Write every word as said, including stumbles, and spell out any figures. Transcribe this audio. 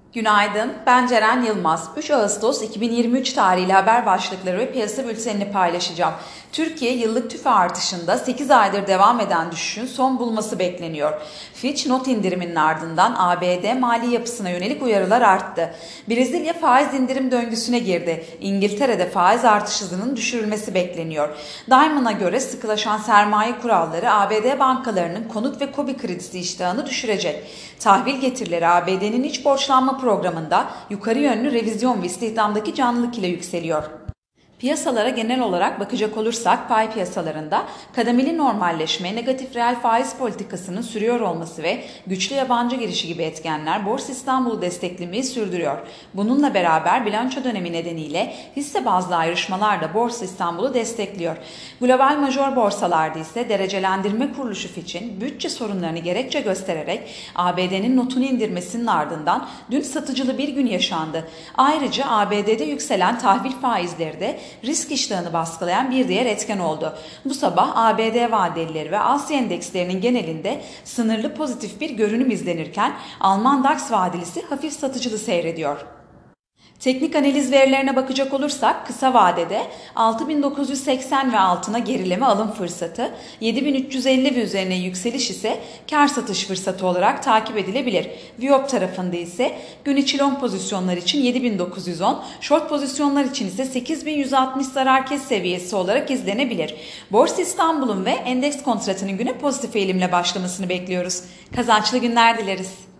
Günaydın, ben Ceren Yılmaz. üç Ağustos iki bin yirmi üç tarihli haber başlıkları ve piyasa bültenini paylaşacağım. Türkiye yıllık tüfe artışında sekiz aydır devam eden düşüşün son bulması bekleniyor. Fitch not indiriminin ardından A B D mali yapısına yönelik uyarılar arttı. Brezilya faiz indirim döngüsüne girdi. İngiltere'de faiz artış hızının düşürülmesi bekleniyor. Diamond'a göre sıkılaşan sermaye kuralları A B D bankalarının konut ve KOBİ kredisi iştahını düşürecek. Tahvil getirileri A B D'nin iç borçlanma programında yukarı yönlü revizyon ve istihdamdaki canlılık ile yükseliyor. Piyasalara genel olarak bakacak olursak pay piyasalarında kademeli normalleşme, negatif reel faiz politikasının sürüyor olması ve güçlü yabancı girişi gibi etkenler Borsa İstanbul'u desteklemeyi sürdürüyor. Bununla beraber bilanço dönemi nedeniyle hisse bazlı ayrışmalar da Borsa İstanbul'u destekliyor. Global major borsalarda ise derecelendirme kuruluşu Fitch'in bütçe sorunlarını gerekçe göstererek A B D'nin notunu indirmesinin ardından dün satıcılı bir gün yaşandı. Ayrıca A B D'de yükselen tahvil faizleri de risk iştahını baskılayan bir diğer etken oldu. Bu sabah A B D vadelileri ve Asya endekslerinin genelinde sınırlı pozitif bir görünüm izlenirken Alman DAX vadelisi hafif satıcılı seyrediyor. Teknik analiz verilerine bakacak olursak kısa vadede altı bin dokuz yüz seksen ve altına gerileme alım fırsatı, yedi bin üç yüz elli ve üzerine yükseliş ise kar satış fırsatı olarak takip edilebilir. Viyop tarafında ise gün içi long pozisyonlar için yedi bin dokuz yüz on, short pozisyonlar için ise sekiz bin yüz altmış zarar kes seviyesi olarak izlenebilir. Borsa İstanbul'un ve endeks kontratının güne pozitif eğilimle başlamasını bekliyoruz. Kazançlı günler dileriz.